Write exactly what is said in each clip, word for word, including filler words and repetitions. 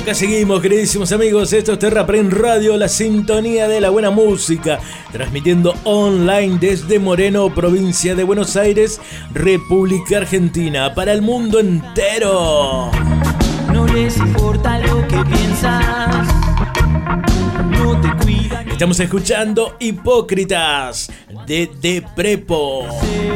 Acá seguimos, queridísimos amigos, esto es Terra Prem Radio, la sintonía de la buena música, transmitiendo online desde Moreno, provincia de Buenos Aires, República Argentina, para el mundo entero. No les importa lo que piensas, no te cuidan. Estamos escuchando Hipócritas de De Prepo.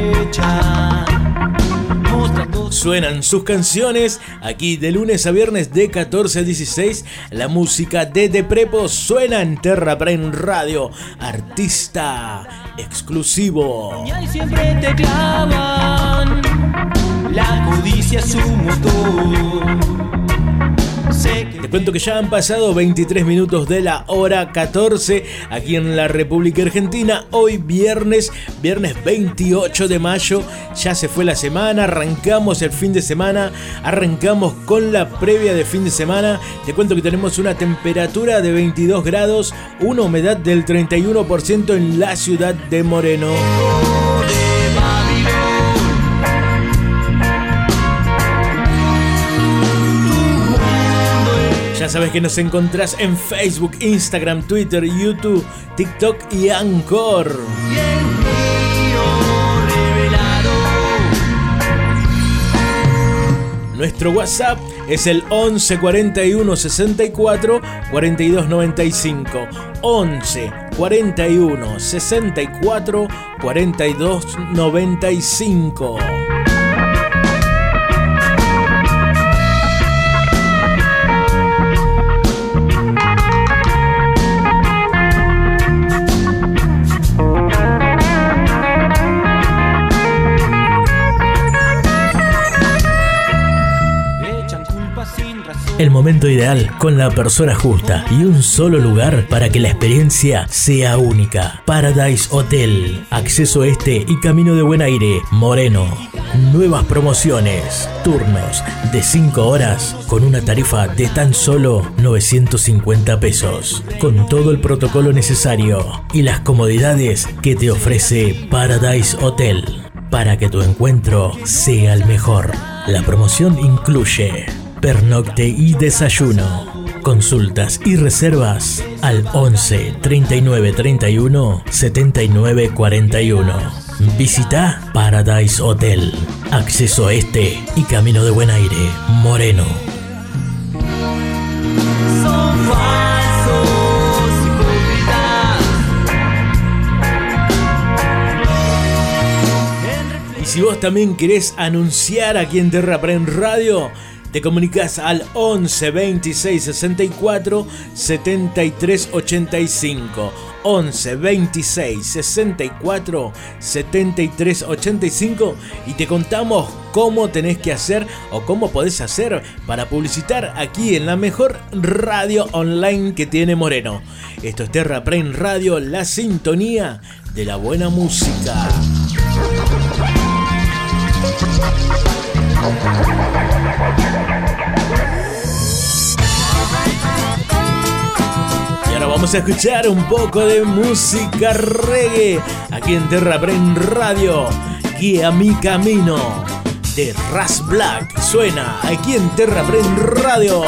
Suenan sus canciones aquí de lunes a viernes de catorce a dieciséis. La música de De Prepo suena en Terra Prem Radio. Artista exclusivo. Y ahí siempre te clavan, la codicia es su motor. Te cuento que ya han pasado veintitrés minutos de la hora catorce aquí en la República Argentina. Hoy viernes, viernes veintiocho de mayo, ya se fue la semana, arrancamos el fin de semana, arrancamos con la previa de fin de semana. Te cuento que tenemos una temperatura de veintidós grados, una humedad del treinta y uno por ciento en la ciudad de Moreno. Ya sabes que nos encontrás en Facebook, Instagram, Twitter, YouTube, TikTok y Anchor. Nuestro WhatsApp es el once cuarenta y uno sesenta y cuatro cuarenta y dos noventa y cinco. once cuarenta y uno sesenta y cuatro cuarenta y dos noventa y cinco. El momento ideal con la persona justa y un solo lugar para que la experiencia sea única. Paradise Hotel. Acceso este y camino de Buen Aire, Moreno. Nuevas promociones. Turnos de cinco horas con una tarifa de tan solo novecientos cincuenta pesos. Con todo el protocolo necesario y las comodidades que te ofrece Paradise Hotel. Para que tu encuentro sea el mejor. La promoción incluye pernocte y desayuno. Consultas y reservas al once treinta y nueve treinta y uno setenta y nueve cuarenta y uno. Visita Paradise Hotel. Acceso este y camino de Buen Aire, Moreno. Son falsos hipócritas. Y si vos también querés anunciar aquí en Terra Prem Radio, te comunicas al once veintiséis sesenta y cuatro setenta y tres ochenta y cinco. once veintiséis sesenta y cuatro setenta y tres ochenta y cinco y te contamos cómo tenés que hacer o cómo podés hacer para publicitar aquí en la mejor radio online que tiene Moreno. Esto es Terra Prem Radio, la sintonía de la buena música. Y ahora vamos a escuchar un poco de música reggae aquí en Terra Prem Radio. Guía mi camino de Ras Black suena aquí en Terra Prem Radio.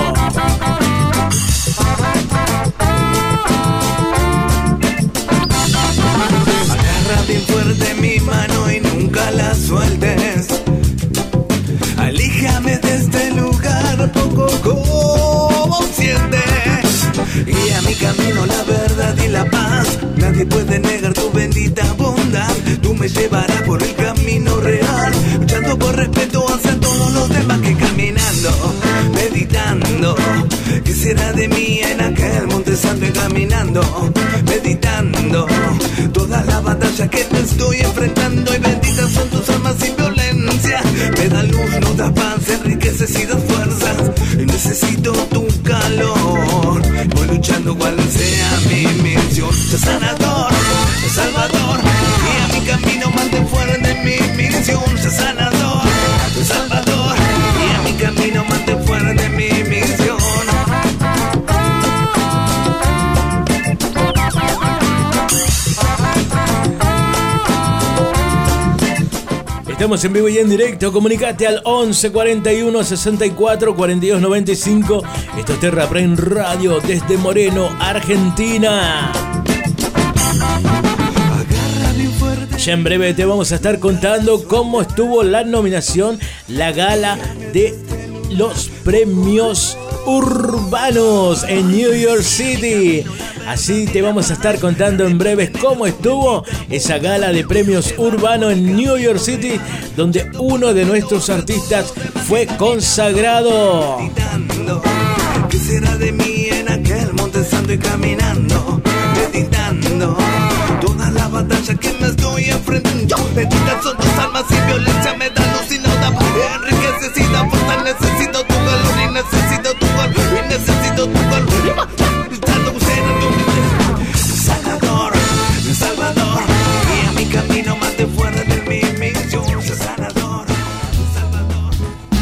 Agarra bien fuerte mi mano y nunca la sueltes. Alíjame de este lugar poco consciente. Y a mi camino la verdad y la paz. Nadie puede negar tu bendita bondad. Tú me llevarás por el camino real, luchando por respeto hacia todos los demás que caminando, meditando. ¿Qué será de mí en aquel monte santo y caminando, meditando? Todas las batallas que te estoy enfrentando y benditas son tus armas sin violencia. Me da luz, no das paz, enriqueces y das fuerzas. Y necesito tu calor. Voy luchando cual sea mi misión. Soy sanador, soy salvador. Y a mi camino mantén fuerte mi misión. Soy sanador, soy salvador. Y a mi camino mantén fuerte mi misión. Estamos en vivo y en directo. Comunicate al once cuarenta y uno sesenta y cuatro cuarenta y dos noventa y cinco. Esto es Terra Prime Radio desde Moreno, Argentina. Ya en breve te vamos a estar contando cómo estuvo la nominación, la gala de los premios urbanos en New York City. Así te vamos a estar contando en breves cómo estuvo esa gala de premios urbanos en New York City, donde uno de nuestros artistas fue consagrado. ¿Qué será de mí en aquel monte santo y caminando, meditando toda la batalla que me estoy enfrentando? Benditas son tus almas y violencia me da luz y no da enriqueces y da fuerza. Necesito tu calor y necesito tu calor y necesito tu calor. Salvador, Salvador, y a mi camino más de fuera de mi misión, sanador, Salvador.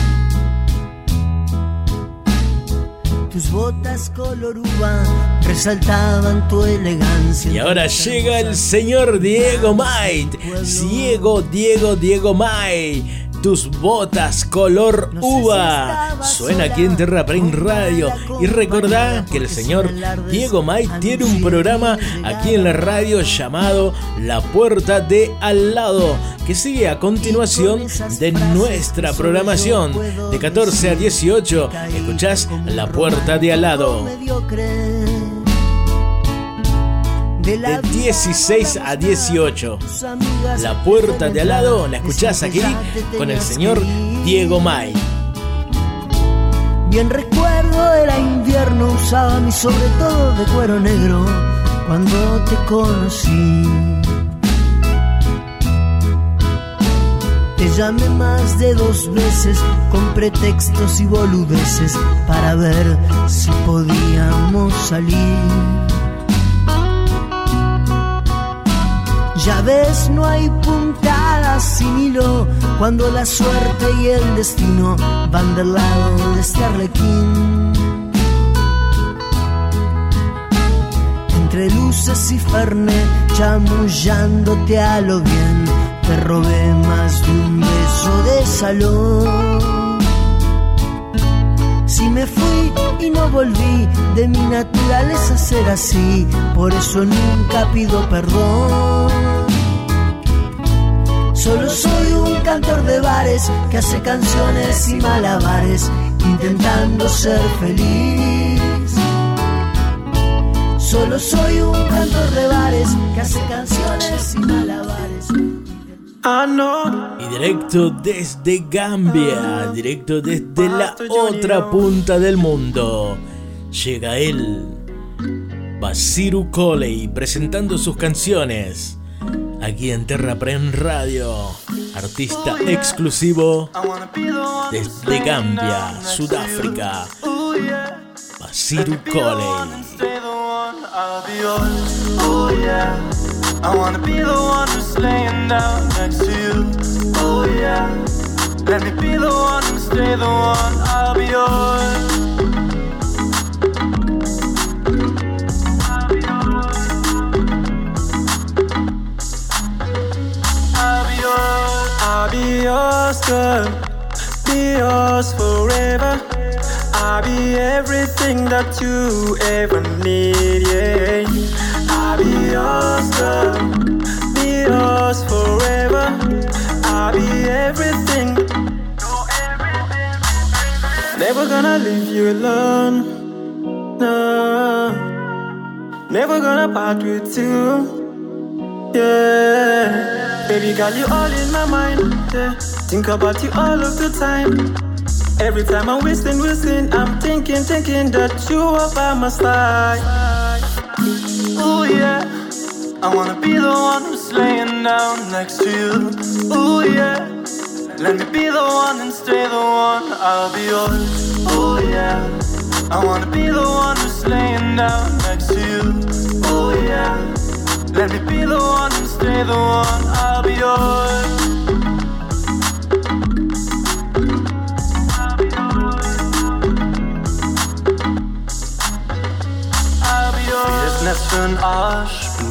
Tus botas color uva resaltaban tu elegancia. Y ahora llega el señor Diego Might. Diego, Diego, Diego Might. Tus botas color uva. Suena aquí en Terra Prime Radio. Y recordá que el señor Diego Might tiene un programa aquí en la radio llamado La Puerta de Al Lado, que sigue a continuación de nuestra programación. De catorce a dieciocho escuchás La Puerta de Al Lado. De dieciséis a dieciocho, La Puerta de Al Lado la escuchás aquí con el señor Diego May. Bien recuerdo, era invierno, usaba mi sobre todo de cuero negro cuando te conocí. Te llamé más de dos veces con pretextos y boludeces para ver si podíamos salir. Ya ves, no hay puntadas sin hilo cuando la suerte y el destino van del lado de este arlequín. Entre luces y fernet, chamullándote a lo bien, te robé más de un beso de salón. Si me fui y no volví, de mi naturaleza ser así, por eso nunca pido perdón. Solo soy un cantor de bares que hace canciones y malabares, intentando ser feliz. Solo soy un cantor de bares que hace canciones y malabares. I know. Y directo desde Gambia, directo desde la otra punta del mundo, llega él, Basiru Coley, presentando sus canciones aquí en Terra Prime Radio. Artista exclusivo desde Gambia, Sudáfrica, Basiru Coley. I wanna be the one who's laying down next to you. Oh yeah. Let me be the one and stay the one. I'll be yours. I'll be yours. I'll be yours. I'll be yours, girl. Be yours forever. I'll be everything that you ever need, yeah. I'll be yours, girl, be yours forever. I'll be everything. Never gonna leave you alone, no. Never gonna part with you, yeah. Baby girl, you all in my mind, yeah. Think about you all of the time. Every time I'm whistling, whistling, I'm thinking, thinking that you are by my side. Ooh yeah, I wanna be the one who's laying down next to you. Ooh yeah, let me be the one and stay the one. I'll be yours. Ooh yeah, I wanna be the one who's laying down next to you. Ooh yeah, let me be the one and stay the one. I'll be yours. Schön Arsch, bin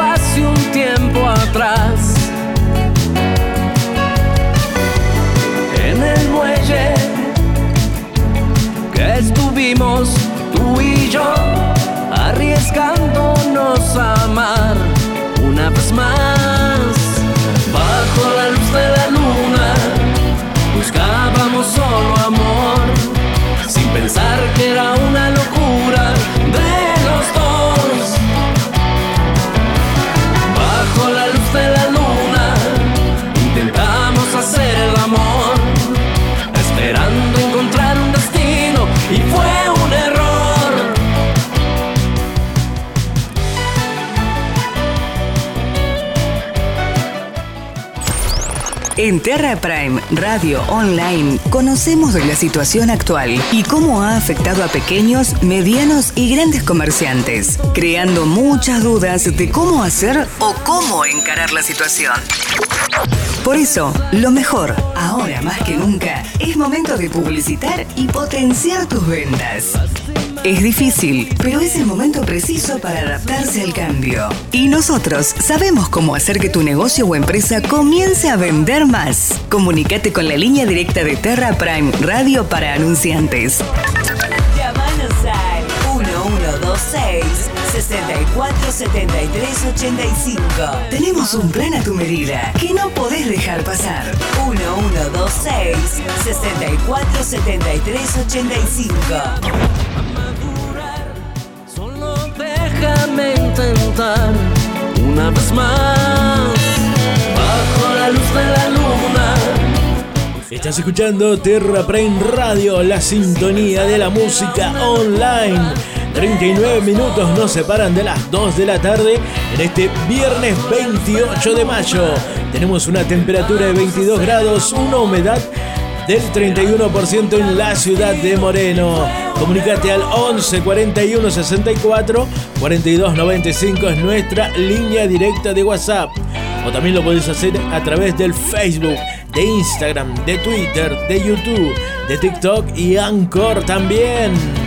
vez más. Bajo la luz de la luna buscábamos solo amor, sin pensar que era una locura de los dos. Bajo la luz de la luna intentamos hacer el amor, esperando encontrar un destino, y fue un error. En Terra Prime Radio Online conocemos de la situación actual y cómo ha afectado a pequeños, medianos y grandes comerciantes, creando muchas dudas de cómo hacer o cómo encarar la situación. Por eso, lo mejor, ahora más que nunca, es momento de publicitar y potenciar tus ventas. Es difícil, pero es el momento preciso para adaptarse al cambio. Y nosotros sabemos cómo hacer que tu negocio o empresa comience a vender más. Comunícate con la línea directa de Terra Prime Radio para anunciantes. Llámanos al uno uno dos seis, seis cuatro siete tres ocho cinco. Tenemos un plan a tu medida que no podés dejar pasar. uno uno dos seis, seis cuatro siete tres ocho cinco. Déjame intentar una vez más, bajo la luz de la luna. Estás escuchando Terra Prime Radio, la sintonía de la música online. treinta y nueve minutos nos separan de las dos de la tarde en este viernes veintiocho de mayo. Tenemos una temperatura de veintidós grados, una humedad del treinta y uno por ciento en la ciudad de Moreno. Comunicate al once cuarenta y uno sesenta y cuatro cuarenta y dos noventa y cinco, es nuestra línea directa de WhatsApp. O también lo podés hacer a través del Facebook, de Instagram, de Twitter, de YouTube, de TikTok y Anchor también.